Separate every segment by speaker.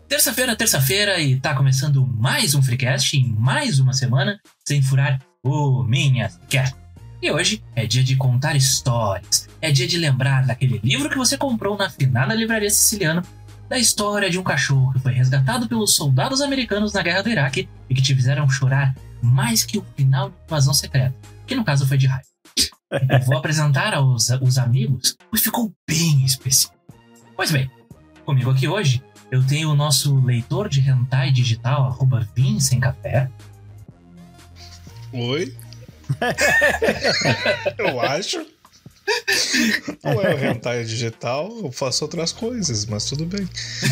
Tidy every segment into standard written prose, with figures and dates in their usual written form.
Speaker 1: Terça-feira, e tá começando mais um Freecast em mais uma semana, sem furar o Minhascast. E hoje é dia de contar histórias, é dia de lembrar daquele livro que você comprou na finada livraria siciliana, da história de um cachorro que foi resgatado pelos soldados americanos na guerra do Iraque e que te fizeram chorar mais que o final de Invasão Secreta, que no caso foi de raiva. Eu vou apresentar os amigos, pois ficou bem específico. Pois bem, comigo aqui hoje eu tenho o nosso leitor de hentai digital, @vinsemcafé.
Speaker 2: Oi? Eu acho. Não é o hentai digital, eu faço outras coisas, mas tudo bem.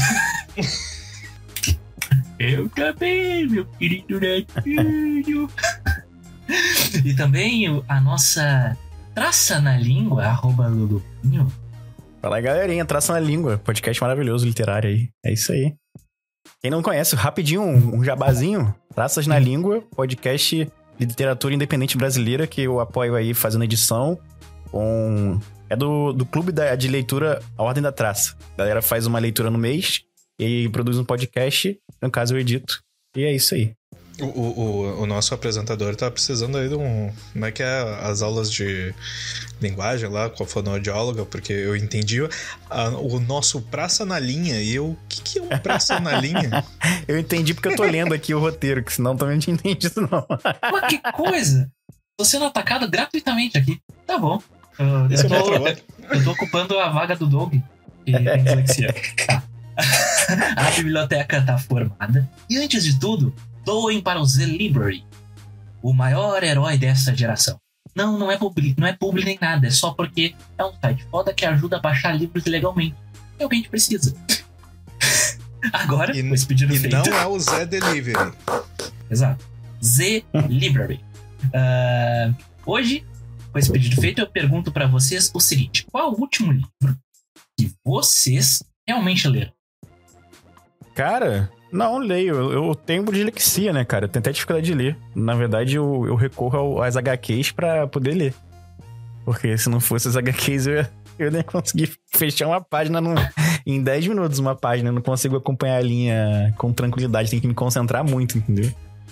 Speaker 1: Eu também, meu querido netinho. E também a nossa Traça na Língua, @lulupinho.
Speaker 3: Fala aí, galerinha, Traça na Língua, podcast maravilhoso, literário aí. É isso aí. Quem não conhece, rapidinho, um jabazinho. Traças na Língua, podcast de literatura independente brasileira, que eu apoio aí fazendo edição. É do clube de leitura A Ordem da Traça. A galera faz uma leitura no mês e produz um podcast, no caso eu edito. E é isso aí.
Speaker 2: O nosso apresentador tá precisando aí de um... Como é que é? As aulas de linguagem lá com a fonoaudióloga, porque eu entendi o nosso Praça na Linha. E eu... O que é um Praça na Linha?
Speaker 3: Eu entendi porque eu tô lendo aqui o roteiro, que senão também não tinha entendido, não.
Speaker 1: Mas que coisa! Tô sendo atacado gratuitamente aqui. Tá bom. Eu tô ocupando a vaga do Doug, que tem dislexia. Tá. A biblioteca tá formada. E antes de tudo, doem para o Z-Library, o maior herói dessa geração. Não é publi nem nada, é só porque é um site foda que ajuda a baixar livros ilegalmente. É o que a gente precisa. Agora, com esse pedido feito...
Speaker 2: E não é o Z-Delivery.
Speaker 1: Exato. Z-Library. Hoje, com esse pedido feito, eu pergunto pra vocês o seguinte: qual o último livro que vocês realmente leram?
Speaker 3: Cara... Não, leio. Eu tenho dislexia, né, cara? Eu tenho até dificuldade de ler. Na verdade, eu recorro às HQs pra poder ler. Porque se não fosse as HQs, eu nem consegui fechar uma página em 10 minutos, uma página. Eu não consigo acompanhar a linha com tranquilidade. Tem que me concentrar muito, entendeu?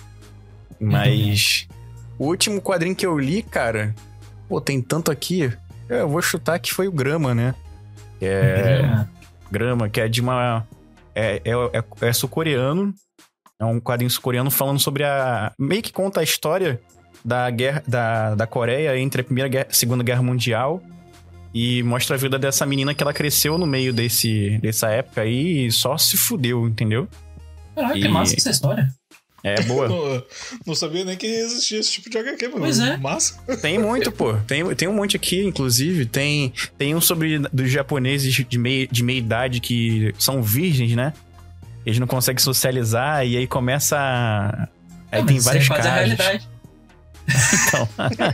Speaker 3: Mas o último quadrinho que eu li, cara... Pô, tem tanto aqui. Eu vou chutar que foi o Grama, né? Grama, que é de uma... É sul-coreano. É um quadrinho sul-coreano falando sobre meio que conta a história da guerra da Coreia entre a Primeira e a Segunda Guerra Mundial. E mostra a vida dessa menina que ela cresceu no meio dessa época aí e só se fudeu, entendeu?
Speaker 1: Caraca, que massa essa história.
Speaker 3: É boa.
Speaker 2: Não sabia nem que existia esse tipo de HQ, mano.
Speaker 1: Pois é.
Speaker 2: Massa.
Speaker 3: Tem muito, pô. Tem um monte aqui, inclusive. Tem um sobre dos japoneses de meia idade que são virgens, né? Eles não conseguem socializar e aí começa Aí tem vários casos.
Speaker 1: A realidade.
Speaker 3: Então...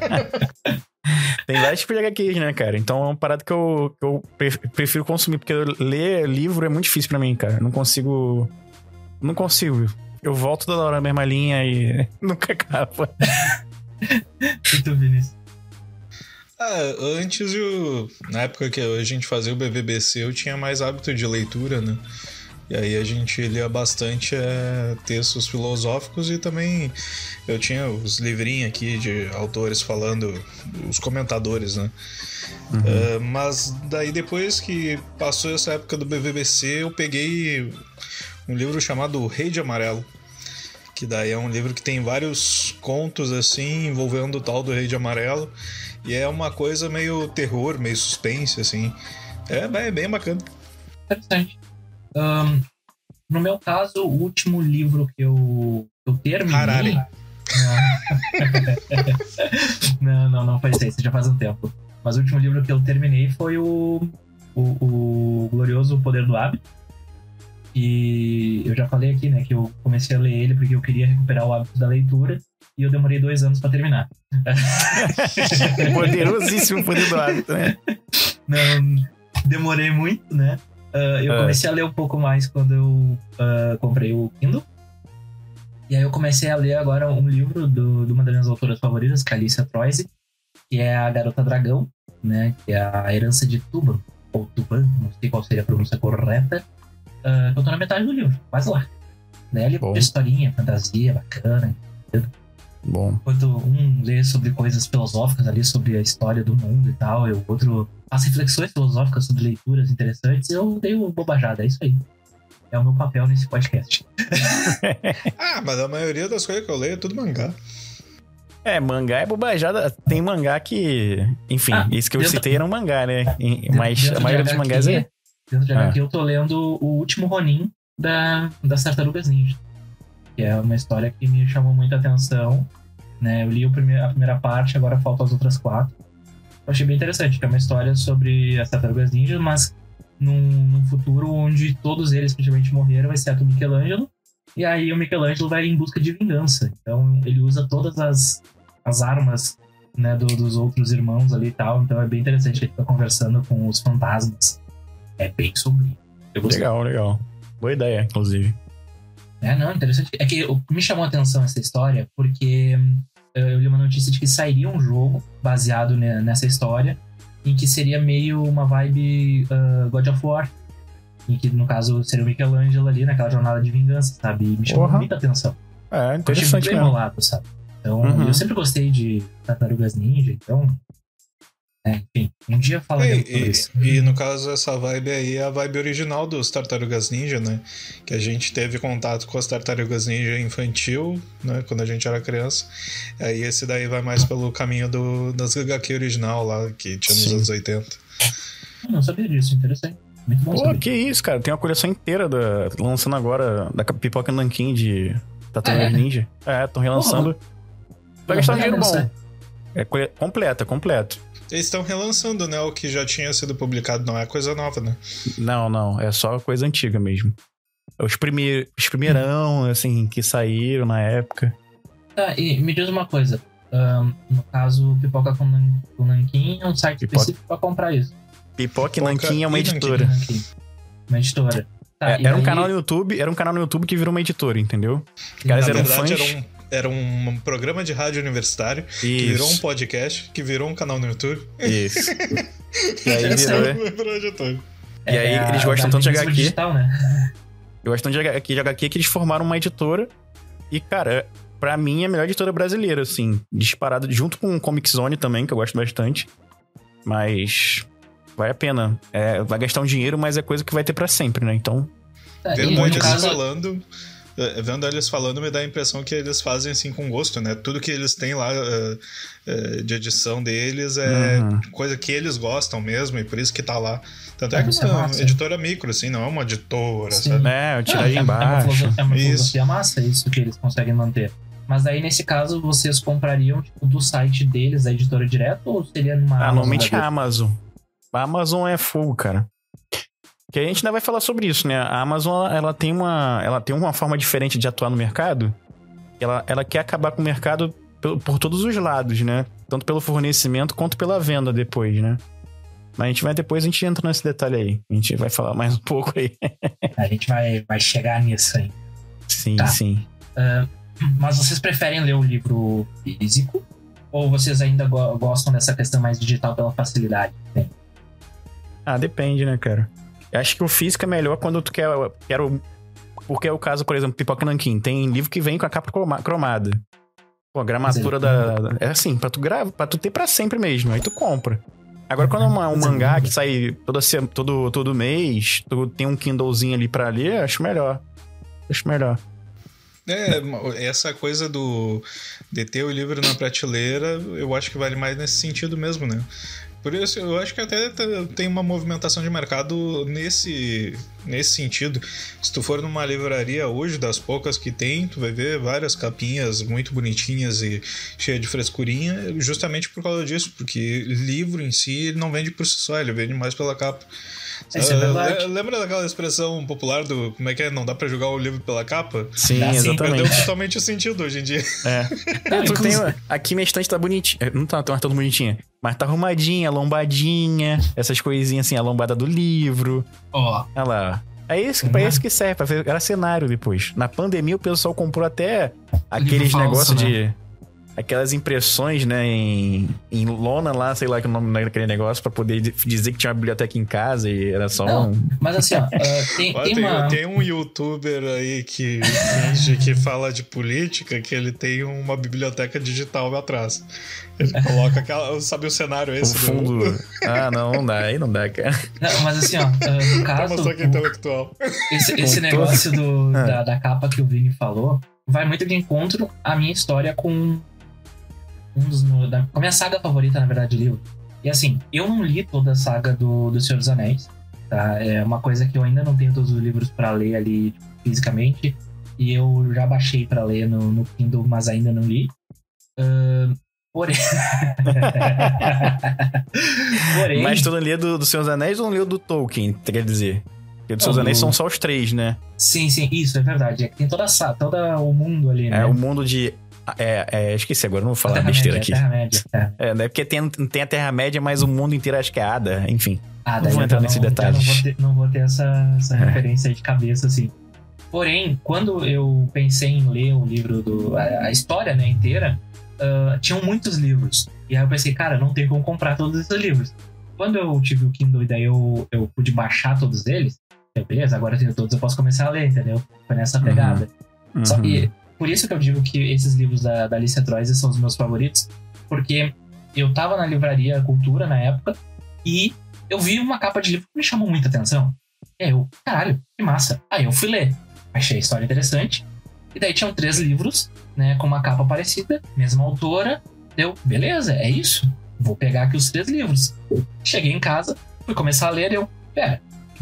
Speaker 3: Tem vários tipos de HQs, né, cara? Então é uma parada que eu prefiro consumir, porque ler livro é muito difícil pra mim, cara. Não consigo. Eu volto toda hora na mesma linha e nunca acaba.
Speaker 1: E tu, Vinícius?
Speaker 2: Antes, na época que a gente fazia o BVBC, eu tinha mais hábito de leitura, né? E aí a gente lia bastante textos filosóficos e também eu tinha os livrinhos aqui de autores falando, os comentadores, né? Uhum. Mas daí depois que passou essa época do BVBC, eu peguei um livro chamado O Rei de Amarelo, que daí é um livro que tem vários contos assim, envolvendo o tal do Rei de Amarelo, e é uma coisa meio terror, meio suspense, assim. É bem bacana.
Speaker 1: Interessante. No meu caso, o último livro que eu terminei...
Speaker 2: Harari.
Speaker 1: Não foi esse, já faz um tempo. Mas o último livro que eu terminei foi o Glorioso Poder do Hábito. E eu já falei aqui, né, que eu comecei a ler ele porque eu queria recuperar o hábito da leitura e eu demorei 2 anos pra terminar.
Speaker 3: Poderosíssimo poder do hábito, né?
Speaker 1: Não, demorei muito, né? Eu comecei a ler um pouco mais quando eu comprei o Kindle. E aí eu comecei a ler agora um livro de uma das minhas autoras favoritas, que é a Alicia Troisi, que é A Garota Dragão, né? Que é a herança de Tuban, ou Tuban, não sei qual seria a pronúncia correta. eu tô na metade do livro, quase lá. Daí ele
Speaker 3: Bom.
Speaker 1: historinha, fantasia, bacana.
Speaker 3: Bom.
Speaker 1: Enquanto um lê sobre coisas filosóficas ali, sobre a história do mundo e tal, e o outro faz reflexões filosóficas sobre leituras interessantes, eu dei uma bobajada, é isso aí. É o meu papel nesse podcast.
Speaker 2: Mas a maioria das coisas que eu leio é tudo mangá.
Speaker 3: Mangá é bobajada. Tem mangá que... Enfim, isso que eu citei era um mangá, né? Mas a maioria dos mangás é...
Speaker 1: Dentro de HQ eu tô lendo o último Ronin das Tartarugas Ninja. Que é uma história que me chamou muita atenção, né? Eu li a primeira parte, agora faltam as outras 4. Eu achei bem interessante, que é uma história sobre as Tartarugas Ninja, mas num futuro onde todos eles praticamente morreram, exceto o Michelangelo. E aí o Michelangelo vai em busca de vingança. Então ele usa todas as armas, né, dos outros irmãos ali e tal. Então é bem interessante, ele fica conversando com os fantasmas. É bem sombrio.
Speaker 3: Legal. Boa ideia, inclusive.
Speaker 1: Não, interessante. É que me chamou a atenção essa história porque eu li uma notícia de que sairia um jogo baseado nessa história, em que seria meio uma vibe God of War, em que no caso seria o Michelangelo ali naquela jornada de vingança, sabe? E me chamou muita atenção.
Speaker 3: Interessante.
Speaker 1: Eu achei bem bolado, sabe? Então, eu sempre gostei de Tartarugas Ninja, então... enfim, um dia falaremos sobre isso.
Speaker 2: E no caso, essa vibe aí é a vibe original dos Tartarugas Ninja, né? Que a gente teve contato com as Tartarugas Ninja infantil, né? Quando a gente era criança. Aí esse daí vai mais pelo caminho das HQ original lá, que tinha nos anos 80.
Speaker 1: Eu não sabia disso, interessante. Muito bom saber.
Speaker 3: Que isso, cara. Tem uma coleção inteira lançando agora da Pipoca Nanquim de Tartarugas Ninja. Estão relançando. Vai gastar um dinheiro bom. Completo.
Speaker 2: Eles estão relançando, né? O que já tinha sido publicado, não é coisa nova, né?
Speaker 3: Não. É só coisa antiga mesmo. Os primeirão, assim, que saíram na época.
Speaker 1: E me diz uma coisa. No caso, Pipoca com Nanquim é um site específico pra comprar isso.
Speaker 3: Pipoca e Nanquim é uma editora.
Speaker 1: Uma editora.
Speaker 3: Era um canal no YouTube que virou uma editora, entendeu? Os caras eram fãs.
Speaker 2: Era um programa de rádio universitário que virou um podcast, que virou um canal no YouTube.
Speaker 3: Isso. E aí virou editor. E aí eles gostam tanto de HQ.
Speaker 1: Digital, né?
Speaker 3: Eu gosto tanto de HQ que eles formaram uma editora. E, cara, pra mim é a melhor editora brasileira, assim. Disparado, junto com o Comic Zone também, que eu gosto bastante. Mas vale a pena. Vai gastar um dinheiro, mas é coisa que vai ter pra sempre, né? Então...
Speaker 2: Vendo eles falando, me dá a impressão que eles fazem assim com gosto, né? Tudo que eles têm lá de edição deles é coisa que eles gostam mesmo, e por isso que tá lá. Tanto é que é uma editora micro, assim, não é uma editora, sabe?
Speaker 3: O tiragem baixa.
Speaker 1: É uma filosofia massa, isso que eles conseguem manter. Mas aí, nesse caso, vocês comprariam do site deles, a editora direto, ou seria numa
Speaker 3: normalmente a Amazon. A Amazon é full, cara. Que a gente ainda vai falar sobre isso, né? A Amazon, ela tem uma forma diferente de atuar no mercado. Ela quer acabar com o mercado por todos os lados, né? Tanto pelo fornecimento quanto pela venda depois, né? Mas depois a gente entra nesse detalhe aí. A gente vai falar mais um pouco aí.
Speaker 1: A gente vai chegar nisso aí.
Speaker 3: Sim.
Speaker 1: Mas vocês preferem ler o livro físico? Ou vocês ainda gostam dessa questão mais digital pela facilidade?
Speaker 3: Depende, né, cara? Eu acho que o físico é melhor quando tu quer porque é o caso, por exemplo, Pipoca Nanquim. Tem livro que vem com a capa cromada. Pô, a gramatura é assim, pra tu ter pra sempre mesmo. Aí tu compra. Agora, quando é um mangá que sai todo mês, tu tem um Kindlezinho ali pra ler, acho melhor.
Speaker 2: Essa coisa de ter o livro na prateleira, eu acho que vale mais nesse sentido mesmo, né? Por isso, eu acho que até tem uma movimentação de mercado nesse sentido. Se tu for numa livraria hoje, das poucas que tem, tu vai ver várias capinhas muito bonitinhas e cheias de frescurinha, justamente por causa disso, porque livro em si ele não vende por si só, ele vende mais pela capa.
Speaker 1: Isso é verdade.
Speaker 2: Lembra daquela expressão popular do como é que é? Não dá pra julgar o livro pela capa?
Speaker 3: Sim, exatamente.
Speaker 2: Perdeu totalmente o sentido hoje em dia.
Speaker 3: Aqui minha estante tá bonitinha. Não tá tão bonitinha, mas tá arrumadinha, lombadinha, essas coisinhas assim, a lombada do livro. Olha lá. É isso que serve, pra ver. Era cenário depois. Na pandemia o pessoal comprou até aqueles negócios de... aquelas impressões, né, em lona lá, sei lá que o nome daquele negócio, pra poder dizer que tinha uma biblioteca em casa e era só
Speaker 1: Mas assim, ó,
Speaker 2: tem um youtuber aí que finge que fala de política, que ele tem uma biblioteca digital atrás. Ele coloca aquela... Sabe o cenário esse?
Speaker 3: O fundo... não dá, aí não dá, cara.
Speaker 1: Não, mas assim, ó, no caso...
Speaker 2: Pra mostrar que é intelectual.
Speaker 1: Esse negócio da capa que o Vini falou vai muito de encontro à minha história com a minha saga favorita, na verdade, de livro. E assim, eu não li toda a saga do Senhor dos Anéis, tá? É uma coisa que eu ainda não tenho todos os livros pra ler ali fisicamente, e eu já baixei pra ler no Kindle, mas ainda não li. Porém...
Speaker 3: Mas tu não lia do Senhor dos Anéis ou não lia do Tolkien, quer dizer? Porque dos Seus Anéis são só os 3, né?
Speaker 1: Sim, isso é verdade. É que tem todo o mundo ali, né?
Speaker 3: É o mundo de... esqueci agora, não vou falar besteira aqui.
Speaker 1: Terra-média.
Speaker 3: Né? Porque tem a Terra-média, mas o mundo inteiro acho que é Ada, enfim.
Speaker 1: Não vou entrar nesse detalhe. Não vou ter essa referência aí de cabeça, assim. Porém, quando eu pensei em ler o livro a história, né, inteira, tinham muitos livros. E aí eu pensei, cara, não tem como comprar todos esses livros. Quando eu tive o Kindle e daí eu pude baixar todos eles, beleza, agora eu tenho todos, eu posso começar a ler, entendeu? Foi nessa pegada. Só que, por isso que eu digo que esses livros da Alicia Troisi são os meus favoritos, porque eu tava na livraria Cultura na época e eu vi uma capa de livro que me chamou muita atenção. E aí eu, caralho, que massa. Aí eu fui ler, achei a história interessante, e daí tinham 3 livros, né, com uma capa parecida, mesma autora, beleza, é isso, vou pegar aqui os 3 livros. Cheguei em casa, fui começar a ler, pera,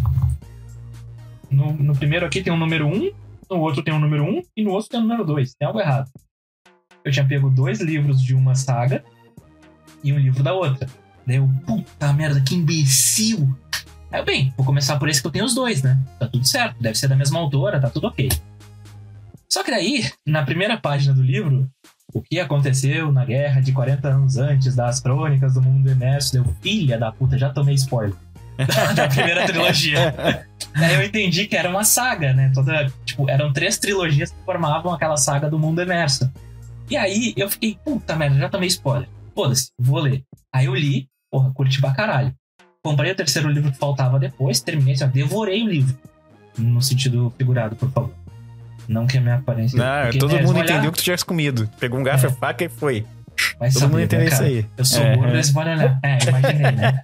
Speaker 1: no primeiro aqui tem o número 1, no outro tem o número 1 e no outro tem o número 2. Tem algo errado. Eu tinha pego 2 livros de uma saga e um livro da outra. Daí eu, puta merda, que imbecil! Aí eu, vou começar por esse que eu tenho os 2, né? Tá tudo certo, deve ser da mesma autora, tá tudo ok. Só que daí, na primeira página do livro, o que aconteceu na guerra de 40 anos antes das crônicas do mundo imerso, filha da puta, já tomei spoiler. Da primeira trilogia. Aí eu entendi que era uma saga, né? Eram 3 trilogias que formavam aquela saga do mundo imerso. E aí eu fiquei, puta merda, já tomei spoiler. Foda-se, vou ler. Aí eu li, curti pra caralho. Comprei o 3º livro que faltava depois, terminei, devorei o livro. No sentido figurado, por favor. Não que a minha aparência...
Speaker 3: Não, todo mundo entendeu que tu tivesse comido. Pegou um garfo e faca e foi.
Speaker 1: Mas
Speaker 3: todo mundo entendeu isso aí.
Speaker 1: Eu sou gordo, eles vão olhar. Imaginei, né?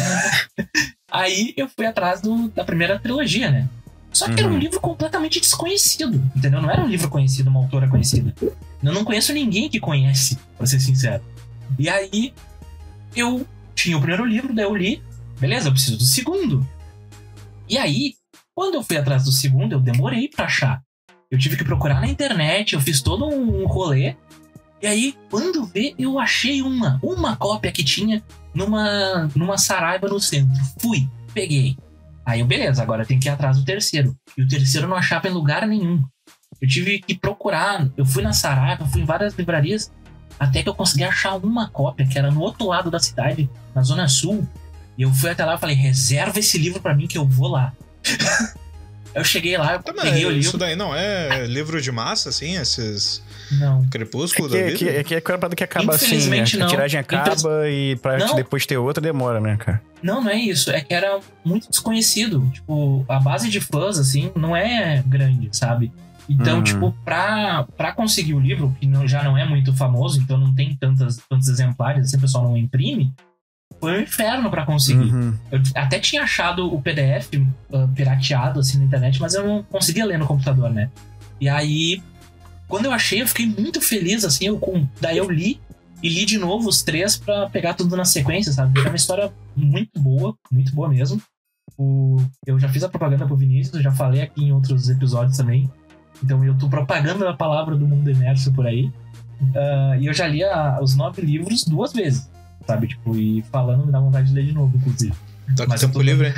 Speaker 1: Aí eu fui atrás da primeira trilogia, né? Só que era um livro completamente desconhecido, entendeu? Não era um livro conhecido, uma autora conhecida. Eu não conheço ninguém que conhece, pra ser sincero. E aí, eu tinha o primeiro livro, daí eu li. Beleza, eu preciso do segundo. E aí, quando eu fui atrás do segundo, eu demorei pra achar. Eu tive que procurar na internet, eu fiz todo um rolê. E aí, quando vê, eu achei uma cópia que tinha numa Saraiva no centro. Fui, peguei. Aí eu, beleza, agora eu tenho que ir atrás do 3º. E o 3º eu não achava em lugar nenhum. Eu tive que procurar, eu fui na Saraiva, fui em várias livrarias, até que eu consegui achar uma cópia, que era no outro lado da cidade, na Zona Sul. E eu fui até lá e falei, reserva esse livro pra mim que eu vou lá. Eu cheguei lá, peguei o livro.
Speaker 2: Isso daí não é livro de massa, assim, esses...
Speaker 1: Não.
Speaker 2: Crepúsculo da vida?
Speaker 3: É que é parada que acaba assim, né? A tiragem acaba e pra depois ter outra demora, né, cara?
Speaker 1: Não é isso. É que era muito desconhecido. Tipo, a base de fãs, assim, não é grande, sabe? Então, tipo, pra conseguir o livro, que já não é muito famoso, então não tem tantos exemplares, assim, o pessoal não imprime, foi um inferno pra conseguir. Eu até tinha achado o PDF pirateado, assim, na internet, mas eu não conseguia ler no computador, né? E aí... Quando eu achei, eu fiquei muito feliz, assim, daí eu li e li de novo os 3 pra pegar tudo na sequência, sabe? É uma história muito boa mesmo. Eu já fiz a propaganda pro Vinícius, já falei aqui em outros episódios também. Então eu tô propagando a palavra do mundo imerso por aí. E eu já li os 9 livros 2 vezes, sabe? Tipo, e falando me dá vontade de ler de novo, inclusive.
Speaker 2: Tá com tempo livre?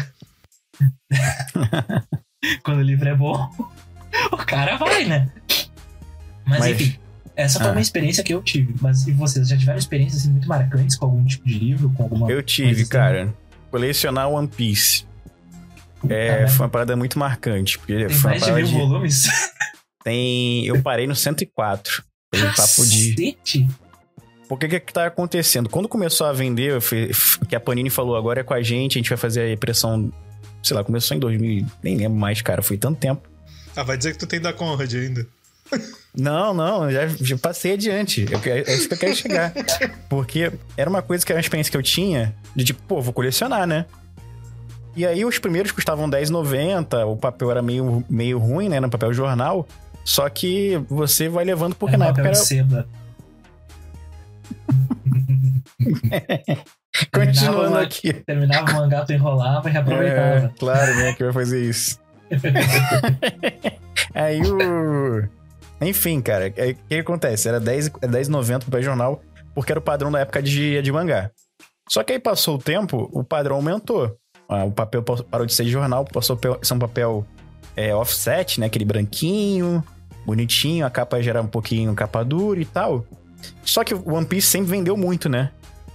Speaker 1: Quando o livro é bom, o cara vai, né? Mas enfim, essa foi uma experiência que eu tive. Mas e vocês, já tiveram experiências assim, muito marcantes com algum tipo de livro? Com alguma
Speaker 3: eu tive, cara. Colecionar One Piece. Foi uma parada muito marcante. Porque
Speaker 1: tem
Speaker 3: foi
Speaker 1: mais de 1000 volumes?
Speaker 3: Eu parei no 104. Foi um papo de... Porque o que tá acontecendo? Quando começou a vender, que a Panini falou, agora é com a gente vai fazer a impressão, sei lá, começou em 2000, nem lembro mais, cara, foi tanto tempo.
Speaker 2: Ah, vai dizer que tu tem da Conrad ainda.
Speaker 3: Não, já passei adiante. É isso que eu quero chegar. Porque era uma coisa que era uma experiência que eu tinha de tipo, pô, vou colecionar, né? E aí os primeiros custavam R$10,90, o papel era meio ruim, né? No papel jornal. Só que você vai levando porque na época era...
Speaker 1: Seda.
Speaker 3: Continuando aqui.
Speaker 1: Terminava o mangá, tu enrolava e reaproveitava.
Speaker 3: Claro, né? Que vai fazer isso. Aí Enfim, cara, o que acontece? Era R$10,90 pro jornal, porque era o padrão da época de mangá. Só que aí passou o tempo, o padrão aumentou. O papel parou de ser de jornal, passou a ser um papel offset, né? Aquele branquinho, bonitinho, a capa já era um pouquinho capa dura e tal. Só que o One Piece sempre vendeu muito, né?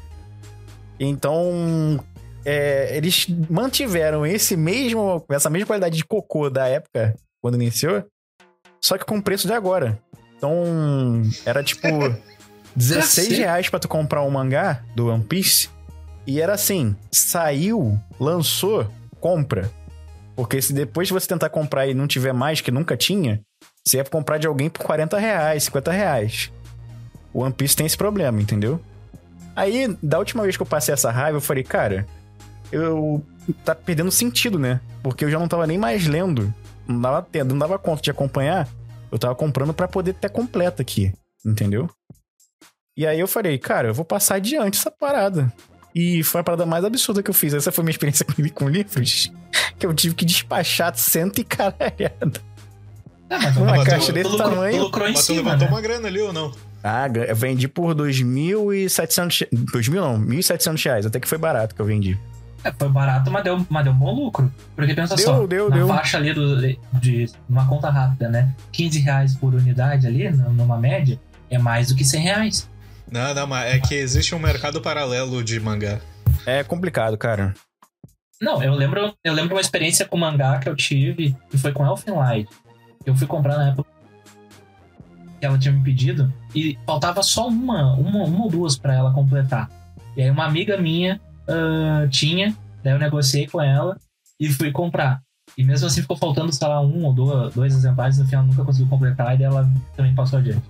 Speaker 3: Então, eles mantiveram essa mesma qualidade de cocô da época, quando iniciou, só que com o preço de agora. Então, era tipo R$16 pra tu comprar um mangá do One Piece. E era assim, saiu, lançou, compra. Porque se depois você tentar comprar e não tiver mais, que nunca tinha, você ia comprar de alguém por R$40, R$50. O One Piece tem esse problema, entendeu? Aí, da última vez que eu passei essa raiva, eu falei, cara, tá perdendo sentido, né? Porque eu já não tava nem mais lendo. Não dava conta de acompanhar. Eu tava comprando pra poder ter completa aqui, entendeu? E aí eu falei, cara, eu vou passar adiante essa parada. E foi a parada mais absurda que eu fiz. Essa foi a minha experiência com livros. Que eu tive que despachar cento e caralhada. Uma caixa desse tamanho.
Speaker 2: Tu lucrou em cima, tu levantou uma grana ali ou não?
Speaker 3: Ah, eu vendi por R$2.700. R$1.700. Até que foi barato que eu vendi.
Speaker 1: Foi barato, mas deu um bom lucro. Porque pensa
Speaker 3: deu.
Speaker 1: Faixa ali de uma conta rápida, né? R$15 por unidade ali, numa média, é mais do que R$100.
Speaker 2: Não, mas é que existe um mercado paralelo de mangá.
Speaker 3: É complicado, cara.
Speaker 1: Não, eu lembro uma experiência com mangá que eu tive, que foi com Elfen Lied. Eu fui comprar na época que ela tinha me pedido e faltava só uma ou duas pra ela completar. E aí uma amiga minha tinha, daí eu negociei com ela e fui comprar. E mesmo assim ficou faltando, sei lá, um ou dois exemplares, no final nunca conseguiu completar e daí ela também passou adiante.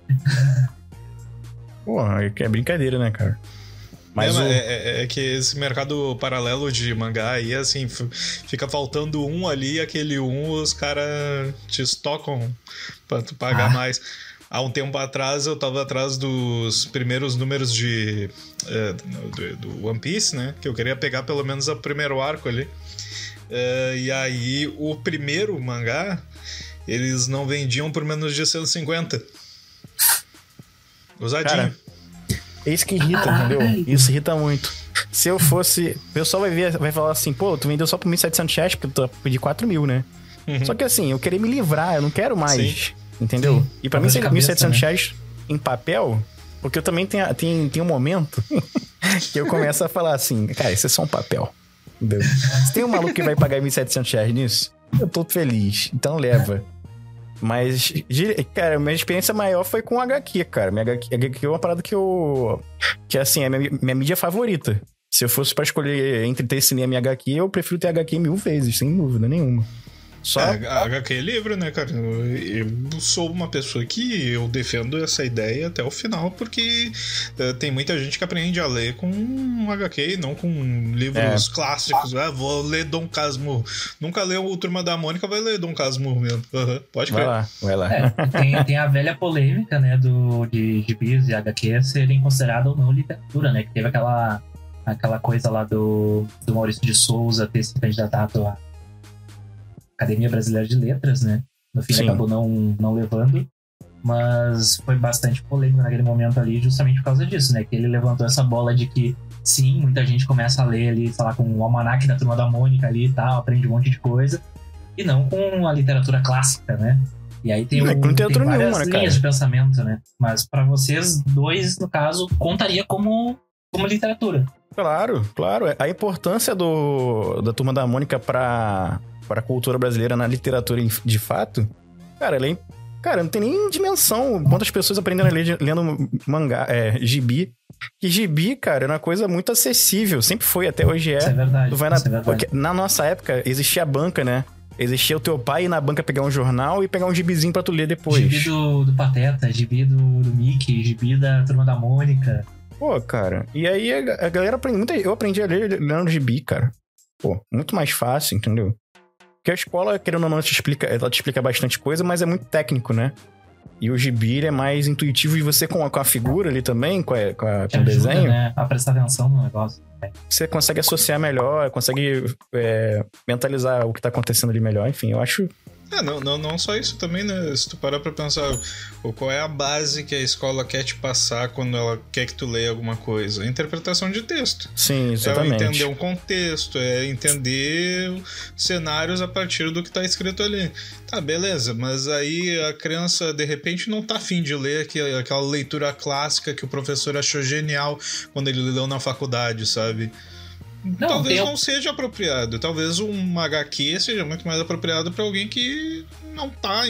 Speaker 3: Porra, é brincadeira, né, cara? Mas
Speaker 2: é que esse mercado paralelo de mangá aí, assim, fica faltando um ali, aquele os caras te estocam pra tu pagar mais. Há um tempo atrás eu tava atrás dos primeiros números do One Piece, né? Que eu queria pegar pelo menos o primeiro arco ali. E aí o primeiro mangá, eles não vendiam por menos de 150. Usadinho.
Speaker 3: Cara, é isso que irrita, entendeu? Isso irrita muito. Se eu fosse... O pessoal vai falar assim, pô, tu vendeu só por R$1.700 porque tu pedi 4.000, né? Uhum. Só que assim, eu queria me livrar, eu não quero mais. Sim. Entendeu? Sim. E pra mim, R$1.700 em papel, porque eu também tenho um momento que eu começo a falar assim, cara, isso é só um papel. Entendeu? Se tem um maluco que vai pagar R$1.700 nisso, eu tô feliz. Então leva. Mas, cara, minha experiência maior foi com HQ, cara. Minha HQ é uma parada que assim, é minha mídia favorita. Se eu fosse pra escolher entre ter cinema e HQ, eu prefiro ter HQ 1000 vezes, sem dúvida nenhuma. Só...
Speaker 2: HQ é livre, né, cara? Eu sou uma pessoa que eu defendo essa ideia até o final, porque tem muita gente que aprende a ler com HQ e não com livros clássicos. Vou ler Dom Casmurro. Nunca leu o Turma da Mônica, vai ler Dom Casmurro mesmo. Pode crer.
Speaker 3: Vai lá.
Speaker 1: Tem a velha polêmica, né, de gibis e HQ serem considerados ou não literatura, né? Que teve aquela coisa lá do Maurício de Souza ter se candidatado a Academia Brasileira de Letras, né? No fim ele acabou não levando, mas foi bastante polêmico naquele momento ali, justamente por causa disso, né? Que ele levantou essa bola de que, sim, muita gente começa a ler ali, sei lá, com o almanaque da Turma da Mônica ali e tal, aprende um monte de coisa, e não com a literatura clássica, né? E aí tem várias linhas de pensamento, né? Mas pra vocês dois, no caso, contaria como literatura.
Speaker 3: Claro. A importância da Turma da Mônica para a cultura brasileira na literatura de fato, cara, ela Cara, não tem nem dimensão quantas pessoas aprendem a ler lendo mangá, gibi. Que gibi, cara, é uma coisa muito acessível. Sempre foi, até hoje é.
Speaker 1: Isso é verdade.
Speaker 3: Tu vai porque na nossa época, existia a banca, né? Existia o teu pai ir na banca pegar um jornal e pegar um gibizinho pra tu ler depois.
Speaker 1: Gibi do Pateta, gibi do Mickey, gibi da Turma da Mônica.
Speaker 3: Pô, cara, e aí a galera aprende... Eu aprendi a ler lendo gibi, cara. Pô, muito mais fácil, entendeu? Porque a escola, querendo ou não, ela te explica bastante coisa, mas é muito técnico, né? E o gibi é mais intuitivo, e você com a figura ali também, com o desenho...
Speaker 1: Né? A prestar atenção no negócio.
Speaker 3: Você consegue associar melhor, consegue mentalizar o que tá acontecendo ali melhor. Enfim, eu acho...
Speaker 2: Não só isso também, né? Se tu parar pra pensar qual é a base que a escola quer te passar quando ela quer que tu leia alguma coisa. Interpretação de texto.
Speaker 3: Sim, exatamente.
Speaker 2: É entender um contexto, é entender cenários a partir do que tá escrito ali. Tá, beleza, mas aí a criança de repente não tá afim de ler aquela leitura clássica que o professor achou genial quando ele leu na faculdade, sabe? Talvez não seja apropriado. Talvez um HQ seja muito mais apropriado para alguém que não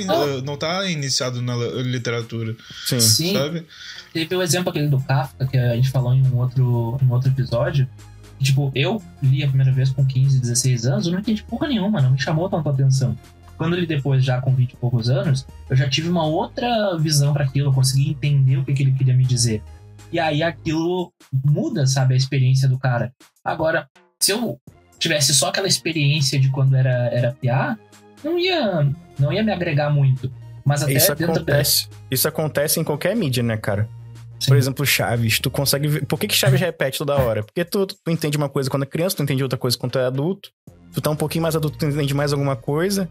Speaker 2: tá iniciado na literatura.
Speaker 1: Sim.
Speaker 2: Sabe?
Speaker 1: Teve o exemplo aquele do Kafka, que a gente falou em um outro episódio. Que, tipo, eu li a primeira vez com 15, 16 anos, eu não entendi porra nenhuma, não me chamou tanta atenção. Quando eu li depois, já com 20 e poucos anos, eu já tive uma outra visão para aquilo, eu consegui entender o que ele queria me dizer. E aí aquilo muda, sabe, a experiência do cara. Agora, se eu tivesse só aquela experiência de quando era PA, não ia me agregar muito. Mas até
Speaker 3: isso acontece em qualquer mídia, né, cara? Sim. Por exemplo, Chaves, tu consegue ver... Por que Chaves repete toda hora? Porque tu entende uma coisa quando é criança, tu entende outra coisa quando tu é adulto. Tu tá um pouquinho mais adulto, tu entende mais alguma coisa.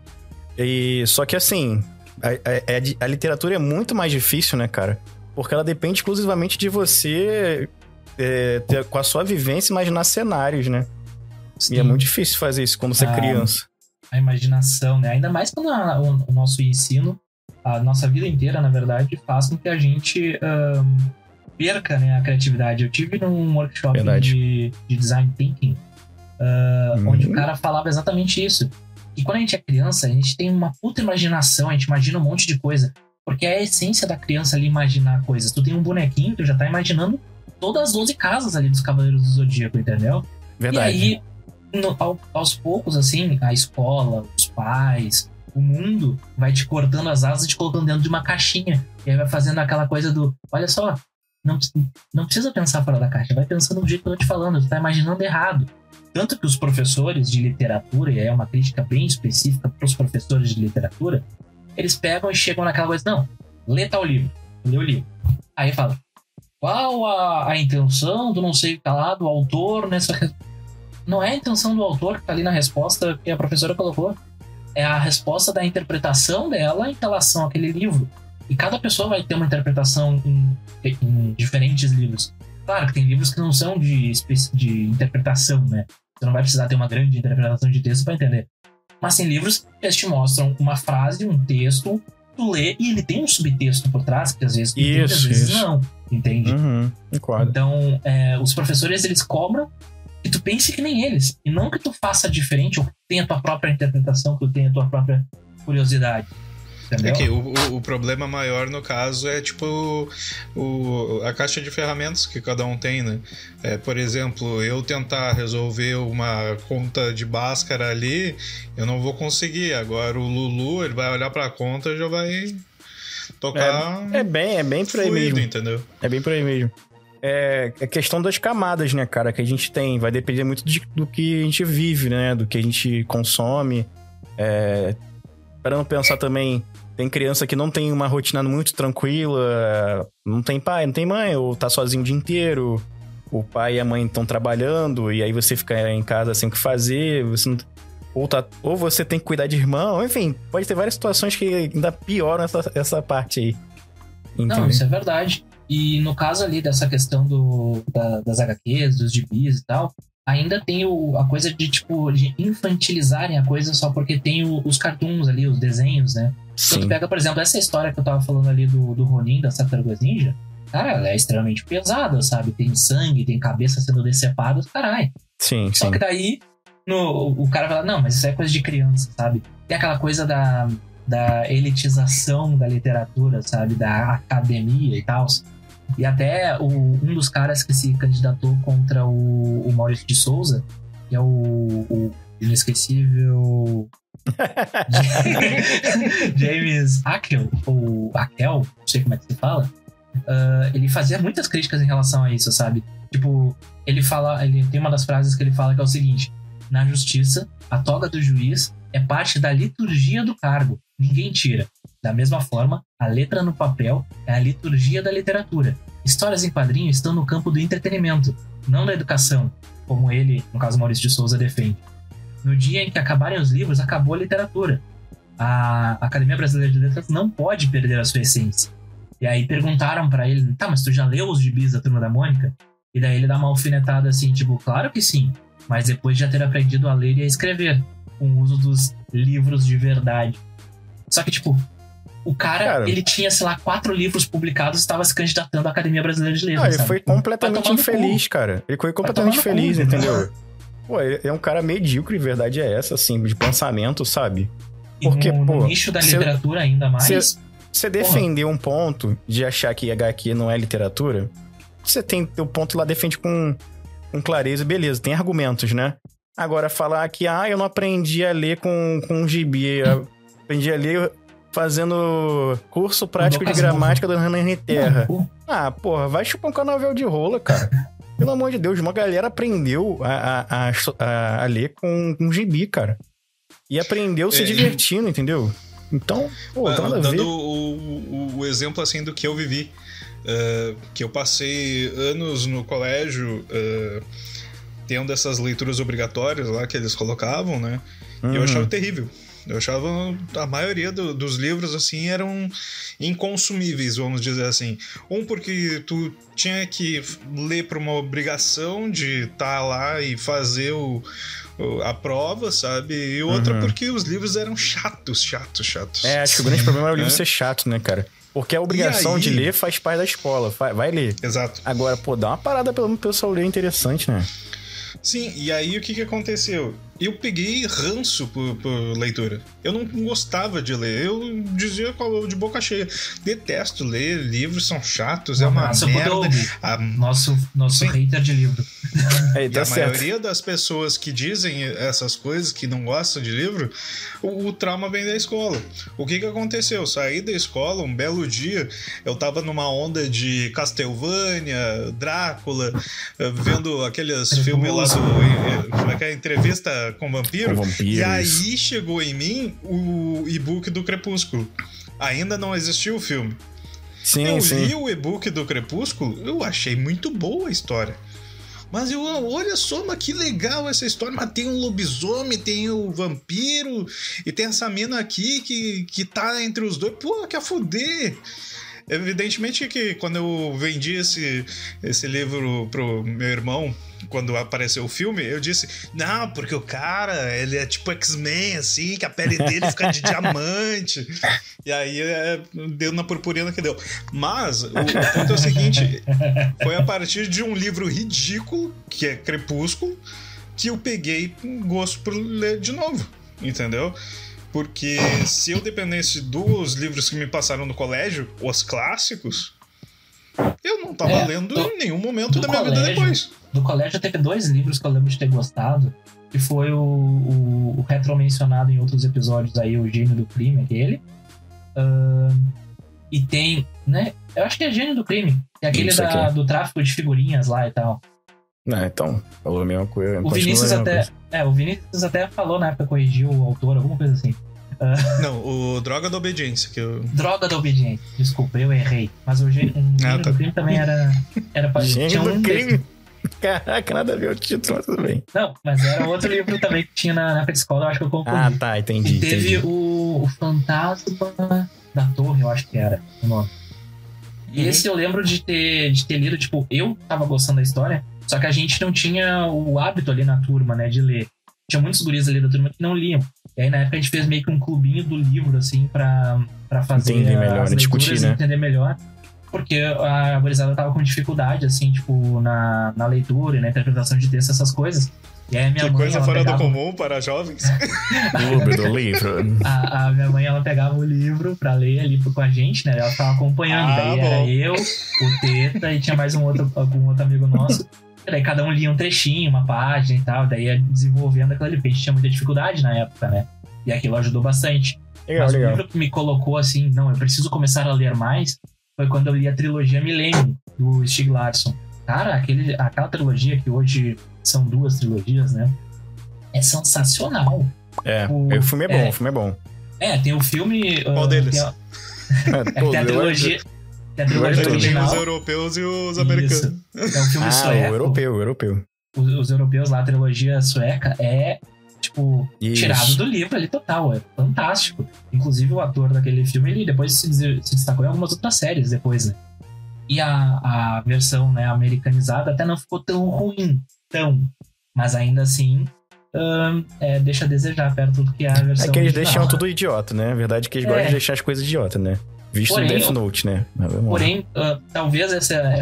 Speaker 3: Só que assim, a literatura é muito mais difícil, né, cara? Porque ela depende exclusivamente de você com a sua vivência imaginar cenários, né? Sim. E é muito difícil fazer isso quando você é criança.
Speaker 1: A imaginação, né? Ainda mais quando o nosso ensino, a nossa vida inteira, na verdade, faz com que a gente perca, né, a criatividade. Eu tive num workshop de design thinking, onde o cara falava exatamente isso. E quando a gente é criança, a gente tem uma puta imaginação, a gente imagina um monte de coisa. Porque é a essência da criança ali imaginar coisas. Tu tem um bonequinho, tu já tá imaginando todas as 12 casas ali dos Cavaleiros do Zodíaco, entendeu?
Speaker 3: Verdade.
Speaker 1: E aí, aos poucos, assim, a escola, os pais, o mundo vai te cortando as asas e te colocando dentro de uma caixinha. E aí vai fazendo aquela coisa do, olha só, não precisa pensar fora da caixa, vai pensando do jeito que eu tô te falando, tu tá imaginando errado. Tanto que os professores de literatura, e aí é uma crítica bem específica pros professores de literatura, eles pegam e chegam naquela coisa, não, lê tal livro, lê o livro. Aí fala, qual a intenção do não sei o que tá lá, do autor nessa... Não é a intenção do autor que tá ali na resposta que a professora colocou. É a resposta da interpretação dela em relação àquele livro. E cada pessoa vai ter uma interpretação em diferentes livros. Claro que tem livros que não são de interpretação, né? Você não vai precisar ter uma grande interpretação de texto para entender. Mas tem livros que eles te mostram uma frase, um texto, tu lê e ele tem um subtexto por trás, que às vezes tu entende, às vezes não, entende?
Speaker 3: Concordo.
Speaker 1: Então, os professores, eles cobram que tu pense que nem eles, e não que tu faça diferente, ou que tu tenha a tua própria interpretação, que tu tenha a tua própria curiosidade. Entendeu?
Speaker 2: É que o problema maior, no caso, é tipo a caixa de ferramentas que cada um tem, né? Por exemplo, eu tentar resolver uma conta de Bhaskara ali, eu não vou conseguir. Agora o Lulu, ele vai olhar pra conta e já vai tocar...
Speaker 3: É bem por aí
Speaker 2: fluido,
Speaker 3: mesmo.
Speaker 2: Entendeu?
Speaker 3: É bem por aí mesmo. É questão das camadas, né, cara, que a gente tem. Vai depender muito do que a gente vive, né? Do que a gente consome. Para não pensar também... Tem criança que não tem uma rotina muito tranquila, não tem pai, não tem mãe, ou tá sozinho o dia inteiro, o pai e a mãe estão trabalhando, e aí você fica em casa sem o que fazer, você não, ou você tem que cuidar de irmão, enfim, pode ter várias situações que ainda pioram essa parte aí. Entendeu?
Speaker 1: Não, isso é verdade. E no caso ali dessa questão das HQs, dos gibis e tal, ainda tem a coisa de, tipo, de infantilizarem a coisa só porque tem os cartoons ali, os desenhos, né?
Speaker 3: Sim.
Speaker 1: Então tu pega, por exemplo, essa história que eu tava falando ali do Ronin, das Tartarugas Ninja, cara, ela é extremamente pesada, sabe? Tem sangue, tem cabeça sendo decepada, caralho.
Speaker 3: Sim,
Speaker 1: Só que daí o cara vai lá, não, mas isso é coisa de criança, sabe? Tem aquela coisa da elitização da literatura, sabe? Da academia e tal. E até um dos caras que se candidatou contra o Maurício de Souza, que é o inesquecível James Akel, ou Akel, não sei como é que se fala. Ele fazia muitas críticas em relação a isso, sabe? Tipo, ele tem uma das frases que ele fala que é o seguinte: na justiça, a toga do juiz é parte da liturgia do cargo, ninguém tira. Da mesma forma, a letra no papel é a liturgia da literatura. Histórias em quadrinho estão no campo do entretenimento, não da educação, como ele, no caso Maurício de Souza, defende. No dia em que acabarem os livros, acabou a literatura. A Academia Brasileira de Letras não pode perder a sua essência. E aí perguntaram pra ele: tá, mas tu já leu os gibis da Turma da Mônica? E daí ele dá uma alfinetada assim, tipo, claro que sim, mas depois de já ter aprendido a ler e a escrever, com o uso dos livros de verdade. Só que, tipo, o cara, ele tinha, sei lá, 4 livros publicados e estava se candidatando à Academia Brasileira de Letras.
Speaker 3: Ele foi completamente infeliz, cara. Ele foi completamente infeliz, entendeu? Pô, ele é um cara medíocre, verdade é essa, assim, de pensamento, sabe? Porque,
Speaker 1: no nicho da literatura ainda mais...
Speaker 3: Você defender um ponto de achar que HQ não é literatura, você tem o ponto lá, defende com clareza, beleza, tem argumentos, né? Agora, falar que, eu não aprendi a ler com um gibi, eu aprendi a ler fazendo curso prático de gramática do Renan Terra. Porra, vai chupar um canavial de rola, cara. Pelo amor de Deus, uma galera aprendeu a ler com um gibi, cara. E aprendeu se divertindo, entendeu? Então, nada a ver.
Speaker 2: Dando o exemplo, assim, do que eu vivi. Que eu passei anos no colégio tendo essas leituras obrigatórias lá que eles colocavam, né? E eu achava terrível. Eu achava a maioria dos livros, assim, eram inconsumíveis, vamos dizer assim. Porque tu tinha que ler por uma obrigação de estar lá e fazer a prova, sabe? E outra porque os livros eram chatos.
Speaker 3: Acho que o grande problema é o livro ser chato, né, cara? Porque a obrigação de ler faz parte da escola. Vai ler.
Speaker 2: Exato.
Speaker 3: Agora, dá uma parada pelo pessoal ler, interessante, né?
Speaker 2: Sim, e aí o que aconteceu? Eu peguei ranço por leitura. Eu não gostava de ler. Eu dizia de boca cheia: detesto ler, livros são chatos, é uma merda.
Speaker 1: Nosso hater de livro.
Speaker 2: E a maioria das pessoas que dizem essas coisas, que não gostam de livro, o trauma vem da escola. O que aconteceu? Eu saí da escola, um belo dia, eu tava numa onda de Castlevania, Drácula, vendo aqueles filmes lá como é que é? Entrevista com Vampiro. E aí chegou em mim o e-book do Crepúsculo. Ainda não existiu o filme. Eu li o e-book do Crepúsculo, eu achei muito boa a história. Mas olha só, mas que legal essa história. Mas tem um lobisomem, tem o vampiro, e tem essa mina aqui que tá entre os dois. Pô, quer fuder. Evidentemente que quando eu vendi esse livro pro meu irmão, quando apareceu o filme, eu disse: não, porque o cara, ele é tipo X-Men, assim, que a pele dele fica de diamante. E aí deu na purpurina que deu. Mas o ponto é o seguinte: foi a partir de um livro ridículo, que é Crepúsculo, que eu peguei gosto por ler de novo, entendeu? Porque se eu dependesse dos livros que me passaram no colégio, os clássicos, eu não tava lendo em nenhum momento da minha vida depois.
Speaker 1: Do colégio teve 2 livros que eu lembro de ter gostado, que foi o retro-mencionado em outros episódios aí, o Gênio do Crime, aquele. E tem, né, eu acho que é Gênio do Crime, que é aquele do tráfico de figurinhas lá e tal.
Speaker 3: Então, falou a mesma coisa.
Speaker 1: O Vinícius até falou na época, corrigiu o autor, alguma coisa assim.
Speaker 2: Não, o Droga da Obediência.
Speaker 1: Droga da Obediência, desculpa, eu errei. Mas o Gênio do Crime também era pra...
Speaker 3: Gênio do Crime? Caraca, nada a ver o título, mas tudo bem.
Speaker 1: Não, mas era outro livro também que tinha na época de escola, eu acho que eu confundi.
Speaker 3: Tá, entendi.
Speaker 1: E teve o Fantasma da Torre, eu acho que era o nome. E esse eu lembro de ter lido, tipo, eu tava gostando da história, só que a gente não tinha o hábito ali na turma, né, de ler. Tinha muitos guris ali da turma que não liam. E aí na época a gente fez meio que um clubinho do livro, assim, pra fazer
Speaker 3: entender melhor,
Speaker 1: as
Speaker 3: discutir,
Speaker 1: leituras,
Speaker 3: né?
Speaker 1: Entender melhor. Porque a gurizada tava com dificuldade, assim, tipo, na leitura e na interpretação de texto, essas coisas. E aí minha
Speaker 2: Que
Speaker 1: mãe,
Speaker 2: coisa
Speaker 1: ela
Speaker 2: fora
Speaker 1: pegava...
Speaker 2: do comum para jovens.
Speaker 3: Clube do livro.
Speaker 1: A minha mãe, ela pegava o livro pra ler ali com a gente, né? Ela ficava acompanhando. Daí
Speaker 2: bom.
Speaker 1: era eu, o Teta e tinha mais um outro amigo nosso. E daí cada um lia um trechinho, uma página e tal. Daí ia desenvolvendo aquilo ali, porque a gente tinha muita dificuldade na época, né? E aquilo ajudou bastante.
Speaker 3: Legal,
Speaker 1: Mas
Speaker 3: legal.
Speaker 1: o livro que me colocou assim, não, eu preciso começar a ler mais, foi quando eu li a trilogia Millennium, do Stieg Larsson. Cara, aquela trilogia, que hoje são 2 trilogias, né? É sensacional.
Speaker 3: O filme é bom, o filme é bom.
Speaker 1: Tem o filme...
Speaker 2: Qual deles?
Speaker 1: Tem a trilogia... Tem a trilogia
Speaker 2: Tem
Speaker 1: original.
Speaker 2: os europeus e os americanos.
Speaker 1: Isso. É um filme sueco.
Speaker 3: O europeu.
Speaker 1: Os europeus lá, a trilogia sueca é, tipo,
Speaker 3: Isso.
Speaker 1: tirado do livro ali total. É fantástico. Inclusive, o ator daquele filme, ele depois se destacou em algumas outras séries depois, né? E a versão, né, americanizada até não ficou tão ruim. Mas ainda assim, deixa a desejar perto do que a versão
Speaker 3: É que eles
Speaker 1: original.
Speaker 3: deixam tudo idiota, né? A verdade é que eles gostam de deixar as coisas idiota, né? Visto no Death Note, né?
Speaker 1: Porém, talvez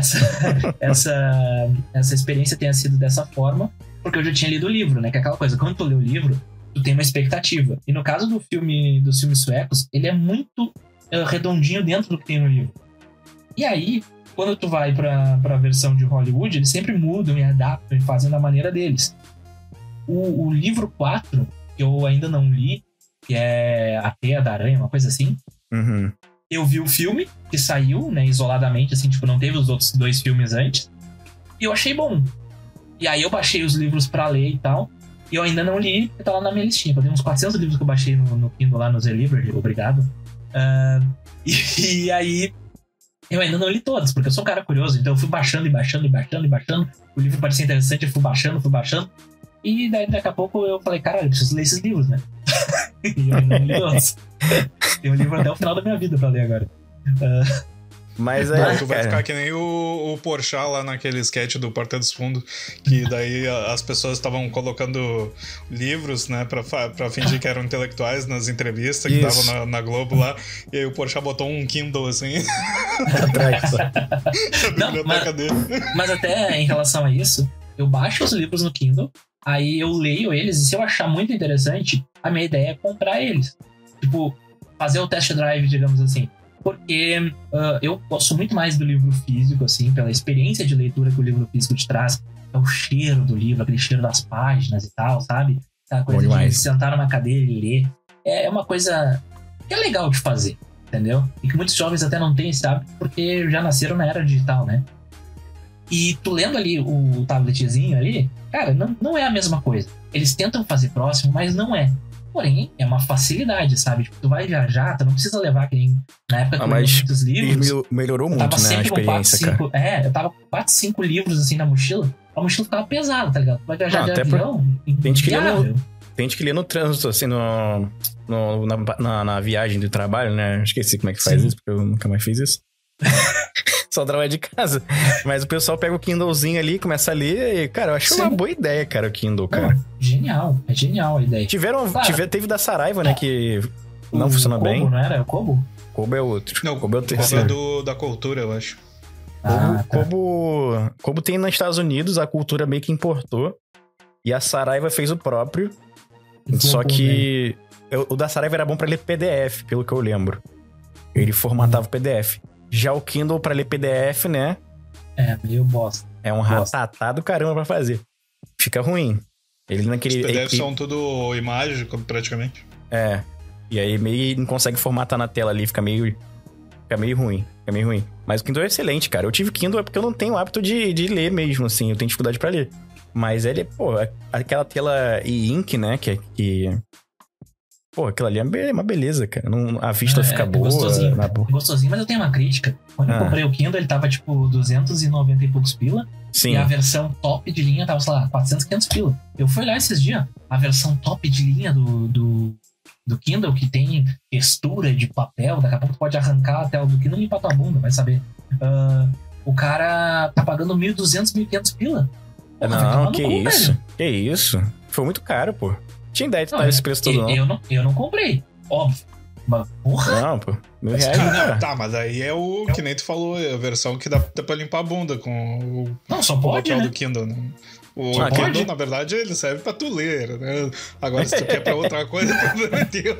Speaker 1: essa experiência tenha sido dessa forma, porque eu já tinha lido o livro, né? Que é aquela coisa, quando tu lê o livro, tu tem uma expectativa. E no caso dos filmes suecos, ele é muito redondinho dentro do que tem no livro. E aí, quando tu vai pra versão de Hollywood, eles sempre mudam e adaptam e fazem da maneira deles. O livro 4, que eu ainda não li, que é A Teia da Aranha, uma coisa assim,
Speaker 3: Uhum.
Speaker 1: eu vi o filme que saiu, né, isoladamente, assim, tipo, não teve os outros 2 filmes antes, e eu achei bom. E aí eu baixei os livros pra ler e tal, e eu ainda não li, porque tá lá na minha listinha. Eu tenho uns 400 livros que eu baixei no Kindle lá no Z-Library, obrigado. E aí eu ainda não li todos, porque eu sou um cara curioso, então eu fui baixando e baixando. O livro parecia interessante, eu fui baixando. E daí daqui a pouco eu falei, caralho, eu preciso ler esses livros, né? E eu ainda não li todos. Tem um livro até o final da minha vida pra ler agora.
Speaker 3: Mas
Speaker 2: Tu vai ficar que nem o Porchat lá naquele sketch do Porta dos Fundos, que daí as pessoas estavam colocando livros, né, pra fingir que eram intelectuais nas entrevistas que estavam na Globo lá, e aí o Porchat botou um Kindle assim
Speaker 3: atrás.
Speaker 2: na biblioteca dele.
Speaker 1: Mas até em relação a isso, eu baixo os livros no Kindle, aí eu leio eles, e se eu achar muito interessante, a minha ideia é comprar eles. Tipo, fazer o test drive, digamos assim. Porque eu gosto muito mais do livro físico, assim, pela experiência de leitura que o livro físico te traz. É o cheiro do livro, aquele cheiro das páginas e tal, sabe? A coisa de sentar numa cadeira e ler. É uma coisa que é legal de fazer, entendeu? E que muitos jovens até não têm esse hábito porque já nasceram na era digital, né? E tu lendo ali o tabletzinho ali, cara, não é a mesma coisa. Eles tentam fazer próximo, mas não é. Porém, é uma facilidade, sabe? Tipo, tu vai viajar, tu não precisa levar que nem... Na época que eu li muitos livros...
Speaker 3: Melhorou muito, né, a experiência, cara.
Speaker 1: Eu tava com 4, 5 livros, assim, na mochila. A mochila ficava pesada, tá ligado? Tu vai viajar de avião,
Speaker 3: tem gente que lê no trânsito, assim, na viagem do trabalho, né? Esqueci como é que faz isso, porque eu nunca mais fiz isso. Só trabalho de casa. Mas o pessoal pega o Kindlezinho ali, começa a ler e, cara, eu acho uma boa ideia, cara, o Kindle, cara.
Speaker 1: Genial, é genial a ideia.
Speaker 3: Teve da Saraiva, né, que não funciona
Speaker 1: Kobo,
Speaker 3: bem.
Speaker 1: Não era? O Kobo?
Speaker 3: Kobo é outro.
Speaker 2: Não,
Speaker 3: Kobo é o terceiro.
Speaker 2: Kobo é da Cultura, eu acho.
Speaker 3: Kobo tem nos Estados Unidos, a Cultura meio que importou. E a Saraiva fez o próprio. Só que o da Saraiva era bom pra ler PDF, pelo que eu lembro. Ele formatava o PDF. Já o Kindle pra ler PDF, né?
Speaker 1: É, meio bosta.
Speaker 3: É um ratatá do caramba pra fazer. Fica ruim. Ele naquele...
Speaker 2: Os PDFs são tudo imagem, praticamente.
Speaker 3: É. E aí meio não consegue formatar na tela ali, fica meio ruim. Mas o Kindle é excelente, cara. Eu tive Kindle porque eu não tenho o hábito de ler mesmo, assim. Eu tenho dificuldade pra ler. Mas ele, aquela tela e-ink, né? Aquilo ali é uma beleza, cara. A vista fica boa.
Speaker 1: Gostosinho, gostosinho, mas eu tenho uma crítica. Quando eu comprei o Kindle, ele tava, tipo, 290 e poucos pila.
Speaker 3: Sim.
Speaker 1: E a versão top de linha tava, sei lá, 400, 500 pila. Eu fui olhar esses dias. A versão top de linha do Kindle, que tem textura de papel, daqui a pouco tu pode arrancar a tela do Kindle e limpar tua bunda, vai saber. O cara tá pagando 1.200, 1.500 pila.
Speaker 3: Não, que isso. Foi muito caro, pô. Tinha ideia de estar esse preço todo, não.
Speaker 1: Eu não comprei, óbvio. Mas, porra.
Speaker 3: Não, pô. R$1.000, cara.
Speaker 2: Tá, mas aí é o que nem tu falou, a versão que dá pra limpar a bunda com o
Speaker 1: não, só pode,
Speaker 2: papel
Speaker 1: né?
Speaker 2: do Kindle, né? O Kindle, na verdade, ele serve pra tu ler, né? Agora, se tu quer pra outra coisa, o problema é teu.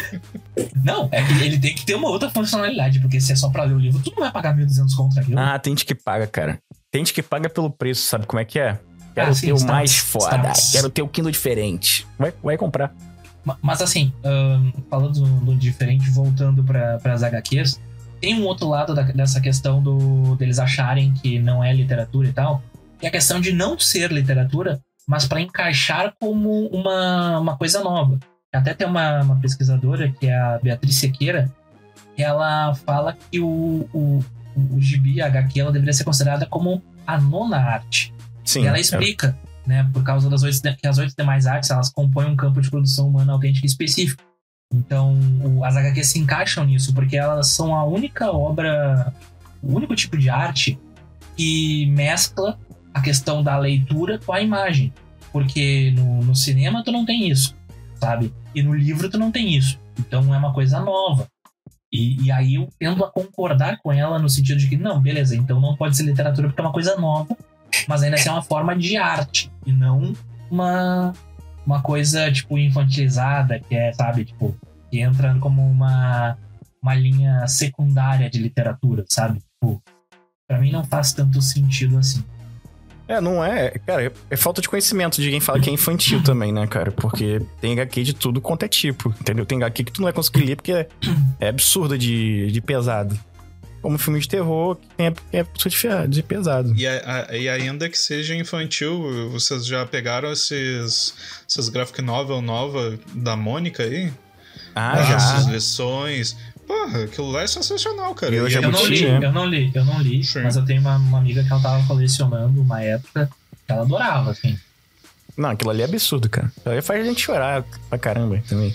Speaker 1: Não, é que ele tem que ter uma outra funcionalidade, porque se é só pra ler o livro, tu não vai pagar 1.200 contra aquilo.
Speaker 3: Ah, tem gente que paga, cara. Tem gente que paga pelo preço, sabe como é que é? Quero ter o mais foda, quero ter o Kindle diferente. Vai comprar.
Speaker 1: Mas assim, falando do diferente, voltando para as HQs, tem um outro lado dessa questão deles acharem que não é literatura e tal, que é a questão de não ser literatura, mas para encaixar como uma coisa nova. Até tem uma pesquisadora, que é a Beatriz Sequeira, que ela fala que o gibi, a HQ, ela deveria ser considerada como a nona arte.
Speaker 3: Sim,
Speaker 1: e ela explica, né, por causa que as 8 demais artes, elas compõem um campo de produção humana autêntica específico. Então, as HQs se encaixam nisso, porque elas são a única obra, o único tipo de arte que mescla a questão da leitura com a imagem. Porque no cinema tu não tem isso, sabe? E no livro tu não tem isso. Então é uma coisa nova. E aí eu tendo a concordar com ela no sentido de que, não, beleza, então não pode ser literatura porque é uma coisa nova, mas ainda assim é uma forma de arte e não uma coisa, tipo, infantilizada, que é, sabe, tipo, que entra como uma linha secundária de literatura, sabe? Tipo, pra mim não faz tanto sentido assim.
Speaker 3: Não é, cara, é falta de conhecimento de quem fala que é infantil também, né, cara? Porque tem HQ de tudo quanto é tipo, entendeu? Tem HQ que tu não vai conseguir ler porque é absurdo de pesado. Como filme de terror, que é absurdo de pesado.
Speaker 2: E ainda que seja infantil, vocês já pegaram essas graphic novel nova da Mônica aí?
Speaker 3: Já.
Speaker 2: Essas lições. Porra, aquilo lá é sensacional, cara.
Speaker 3: Eu
Speaker 1: não li, sim. Mas eu tenho uma amiga que ela tava colecionando uma época que ela adorava, assim.
Speaker 3: Não, aquilo ali é absurdo, cara. Aí faz a gente chorar pra caramba também.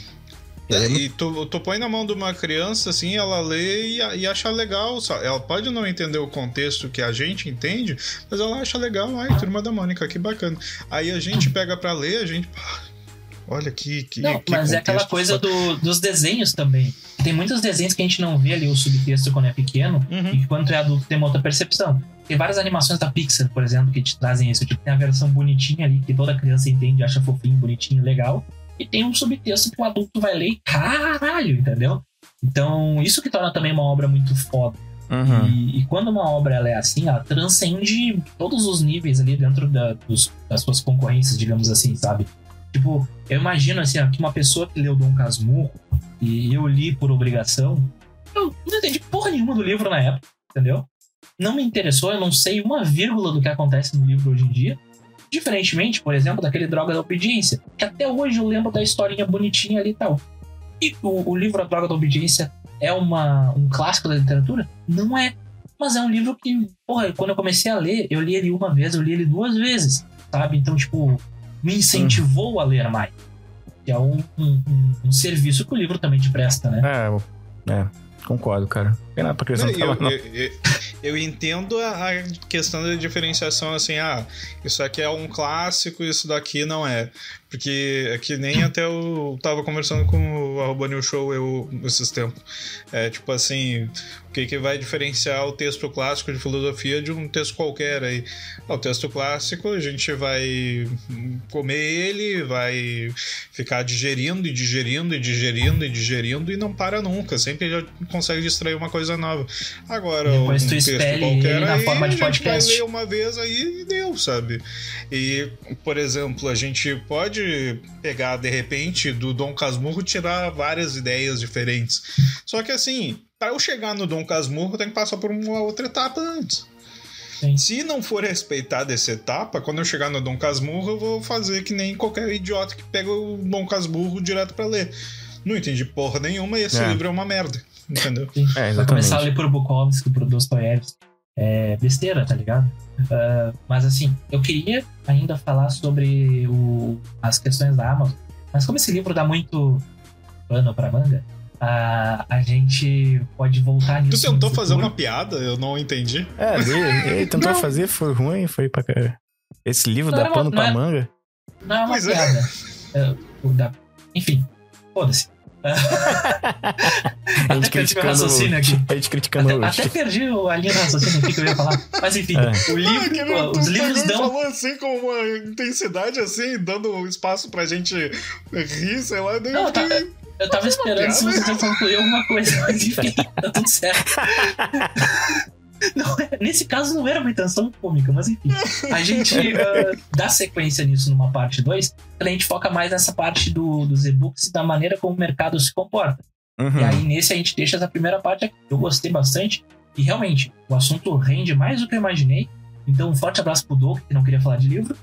Speaker 2: E tu põe na mão de uma criança, assim, ela lê e acha legal. Ela pode não entender o contexto que a gente entende, mas ela acha legal. Ai, Turma da Mônica, que bacana. Aí a gente pega pra ler, a gente... Olha que
Speaker 1: não, mas é aquela coisa dos desenhos também. Tem muitos desenhos que a gente não vê ali o subtexto quando é pequeno, e que quando é adulto tem uma outra percepção. Tem várias animações da Pixar, por exemplo, que te trazem isso. Tipo, tem a versão bonitinha ali, que toda criança entende, acha fofinho, bonitinho, legal. E tem um subtexto que o adulto vai ler e caralho, entendeu? Então, isso que torna também uma obra muito foda. E quando uma obra ela é assim, ela transcende todos os níveis ali dentro das suas concorrências, digamos assim, sabe? Tipo, eu imagino assim, ó, que uma pessoa que leu Dom Casmurro e eu li por obrigação, eu não entendi porra nenhuma do livro na época, entendeu? Não me interessou, eu não sei uma vírgula do que acontece no livro hoje em dia. Diferentemente, por exemplo, daquele Droga da Obediência, que até hoje eu lembro da historinha bonitinha ali e tal. E o livro A Droga da Obediência é um clássico da literatura? Não é. Mas é um livro que, porra, quando eu comecei a ler, eu li ele uma vez, eu li ele 2 vezes, sabe? Então, tipo, me incentivou a ler mais. Que é um serviço que o livro também te presta, né?
Speaker 3: Concordo, cara. Não tem nada pra acrescentar, não.
Speaker 2: Eu entendo a questão da diferenciação, assim, isso aqui é um clássico, isso daqui não é. Porque é que nem até eu tava conversando com o @New Show esses tempos. Tipo assim, o que vai diferenciar o texto clássico de filosofia de um texto qualquer aí? O texto clássico, a gente vai comer ele, vai ficar digerindo e não para nunca. Sempre já consegue distrair uma coisa nova. Agora,
Speaker 1: depois
Speaker 2: um
Speaker 1: tu
Speaker 2: texto
Speaker 1: qualquer ele na forma de podcast.
Speaker 2: A gente vai ler uma vez aí e deu, sabe? E, por exemplo, a gente pode pegar, de repente, do Dom Casmurro, tirar várias ideias diferentes. Só que, assim, para eu chegar no Dom Casmurro, tem que passar por uma outra etapa antes.
Speaker 1: Sim.
Speaker 2: Se não for respeitada essa etapa, quando eu chegar no Dom Casmurro, eu vou fazer que nem qualquer idiota que pega o Dom Casmurro direto para ler. Não entendi porra nenhuma e esse livro é uma merda. Entendeu?
Speaker 1: Vai começar a ler por Bukowski, por Dostoiévski. É besteira, tá ligado? Mas assim, eu queria ainda falar sobre as questões da Amazon, mas como esse livro dá muito pano pra manga, a gente pode voltar nisso.
Speaker 2: Tu tentou fazer uma piada? Eu não entendi.
Speaker 3: Ele tentou fazer, foi ruim, foi pra cá. Esse livro dá pano pra manga?
Speaker 1: Não é uma piada. Enfim, foda-se.
Speaker 3: A gente criticando
Speaker 1: aqui.
Speaker 3: A gente criticando
Speaker 1: até perdi a linha do raciocínio aqui que eu ia falar. Mas enfim, o livro, os livros dão...
Speaker 2: falou assim com uma intensidade assim, dando espaço pra gente rir, sei lá.
Speaker 1: Não, eu tava esperando se você ia concluir alguma coisa, mas enfim, tá tudo certo. Não, nesse caso não era uma intenção cômica, mas enfim. A gente dá sequência nisso numa parte 2, a gente foca mais nessa parte dos e-books e da maneira como o mercado se comporta. E aí nesse a gente deixa essa primeira parte aqui. Eu gostei bastante e realmente o assunto rende mais do que eu imaginei. Então um forte abraço pro Doug, que não queria falar de livro.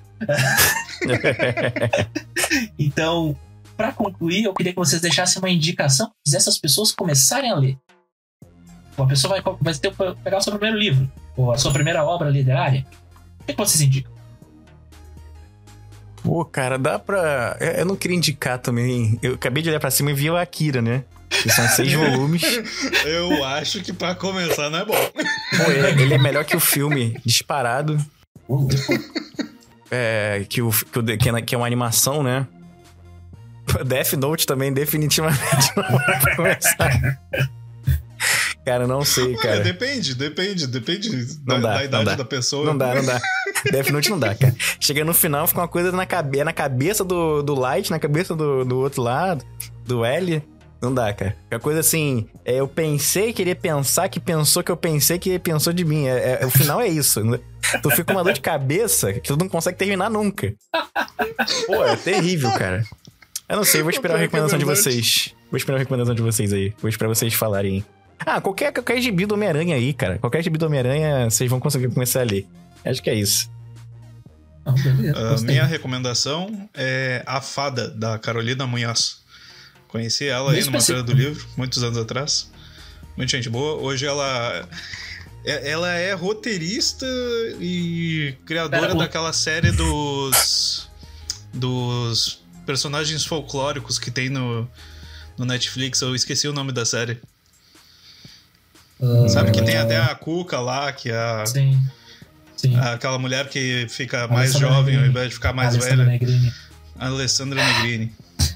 Speaker 1: Então, pra concluir, eu queria que vocês deixassem uma indicação, fizessem as pessoas começarem a ler. Uma pessoa vai ter que pegar o seu primeiro livro, ou a sua primeira obra literária. O que vocês indicam?
Speaker 3: Pô, cara, dá pra... Eu não queria indicar também. Eu acabei de olhar pra cima e vi o Akira, né? Que são 6 volumes.
Speaker 2: Eu acho que pra começar não é bom.
Speaker 3: Pô, ele é melhor que o filme, disparado. Que é uma animação, né? Death Note também, definitivamente não é pra começar. Cara, não sei, cara.
Speaker 2: Depende da idade da pessoa.
Speaker 3: Não dá. Death Note não dá, cara. Chega no final, fica uma coisa na cabeça do Light, na cabeça do outro lado, do L. Não dá, cara. Fica coisa assim, eu pensei, queria pensar, que pensou que eu pensei, que pensou de mim. O final é isso. Tu fica com uma dor de cabeça que tu não consegue terminar nunca. Pô, é terrível, cara. Eu não sei, eu vou esperar a recomendação de vocês. Vou esperar a recomendação de vocês aí. Vou esperar vocês falarem. Qualquer gibi do Homem-Aranha aí, cara. Qualquer gibi do Homem-Aranha, vocês vão conseguir começar a ler. Acho que é isso.
Speaker 2: Minha recomendação é A Fada, da Carolina Munhoz. Conheci ela aí numa feira do livro, muitos anos atrás. Muita gente boa. Hoje ela é roteirista e criadora daquela série dos personagens folclóricos que tem no Netflix. Eu esqueci o nome da série. Sabe que tem até a Cuca lá, que é Sim. Aquela mulher que fica mais jovem ao invés de ficar mais velha. Alessandra Negrini.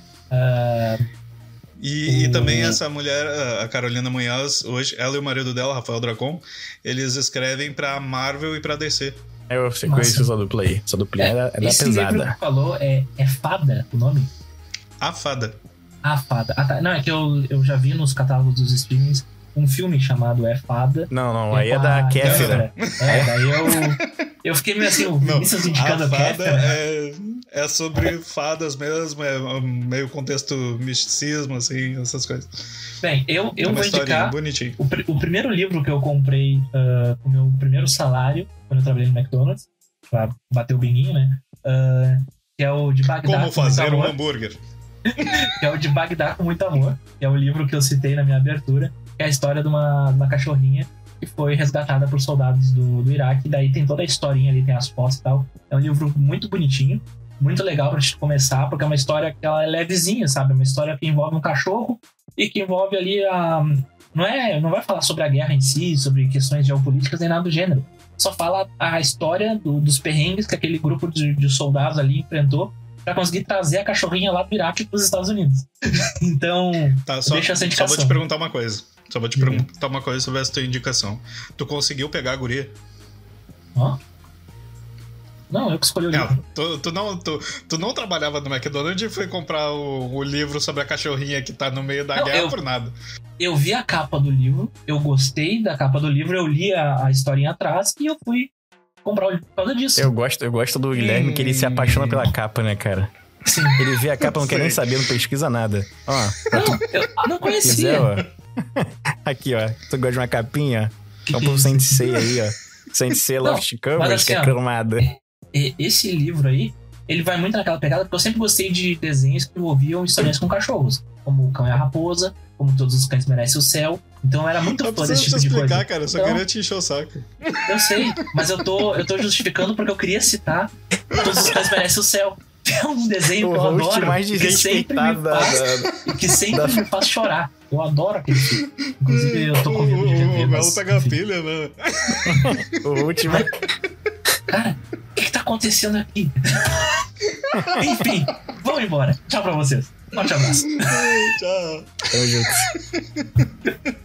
Speaker 2: E também essa mulher, a Carolina Munhoz, hoje, ela e o marido dela, Rafael Dracon, eles escrevem pra Marvel e pra DC.
Speaker 3: Eu conheço essa dupla aí. Essa dupla é da pesada. Esse livro
Speaker 1: que falou é Fada o nome?
Speaker 2: A Fada.
Speaker 1: A Fada. Tá. Não, é que eu já vi nos catálogos dos streamings um filme chamado Fada.
Speaker 3: Não, aí é da Kéfera.
Speaker 1: Daí eu fiquei meio assim, o Vinícius indicando a Kéfera.
Speaker 2: É sobre fadas mesmo, é meio contexto misticismo, assim, essas coisas.
Speaker 1: Bem, eu vou indicar o primeiro livro que eu comprei com o meu primeiro salário, quando eu trabalhei no McDonald's, pra bater o binguinho, né? Que é o de Bagdá.
Speaker 2: Como fazer um hambúrguer.
Speaker 1: Que é o de Bagdá com muito amor, que é o livro que eu citei na minha abertura, que é a história de uma cachorrinha que foi resgatada por soldados do Iraque. E daí tem toda a historinha ali, tem as fotos e tal. É um livro muito bonitinho, muito legal pra gente começar, porque é uma história que ela é levezinha, sabe? É uma história que envolve um cachorro e que envolve ali não vai falar sobre a guerra em si, sobre questões geopolíticas, nem nada do gênero. Só fala a história dos perrengues que aquele grupo de soldados ali enfrentou pra conseguir trazer a cachorrinha lá do Iraque pros Estados Unidos. Então, deixa essa indicação.
Speaker 2: Só vou te perguntar uma coisa. Sobre essa tua indicação. Tu conseguiu pegar a guria?
Speaker 1: Não, eu que escolhi o livro.
Speaker 2: Tu não trabalhava no McDonald's e foi comprar o livro sobre a cachorrinha que tá no meio da guerra por nada.
Speaker 1: Eu vi a capa do livro, eu gostei da capa do livro, eu li a historinha atrás e eu fui comprar o livro por causa disso.
Speaker 3: Eu gosto do Guilherme, que ele se apaixona pela capa, né, cara? Sim. Ele vê a capa, não quer nem saber, não pesquisa nada.
Speaker 1: Eu não conhecia.
Speaker 3: Aqui, ó. Tu gosta de uma capinha? Então pro Sensei aí, ó. Sensei Loft Cover, que é cromada.
Speaker 1: Esse livro aí, ele vai muito naquela pegada, porque eu sempre gostei de desenhos que envolviam histórias com cachorros. Como O Cão e a Raposa, como Todos os Cães Merecem o Céu. Então eu era muito fã desse tipo de coisa.
Speaker 2: Cara, eu só queria te encher o saco.
Speaker 1: Eu sei, mas eu tô justificando porque eu queria citar Todos os Cães Merecem o Céu. É um desenho que eu adoro,
Speaker 3: mais
Speaker 1: que sempre me faz chorar. Eu adoro aquele filme. Inclusive, eu tô com medo de rever.
Speaker 2: O Melo pega a pilha, né?
Speaker 3: O último...
Speaker 1: Cara, o que tá acontecendo aqui? Enfim, vamos embora. Tchau pra vocês. Forte abraço.
Speaker 2: Tchau.
Speaker 3: Tamo junto.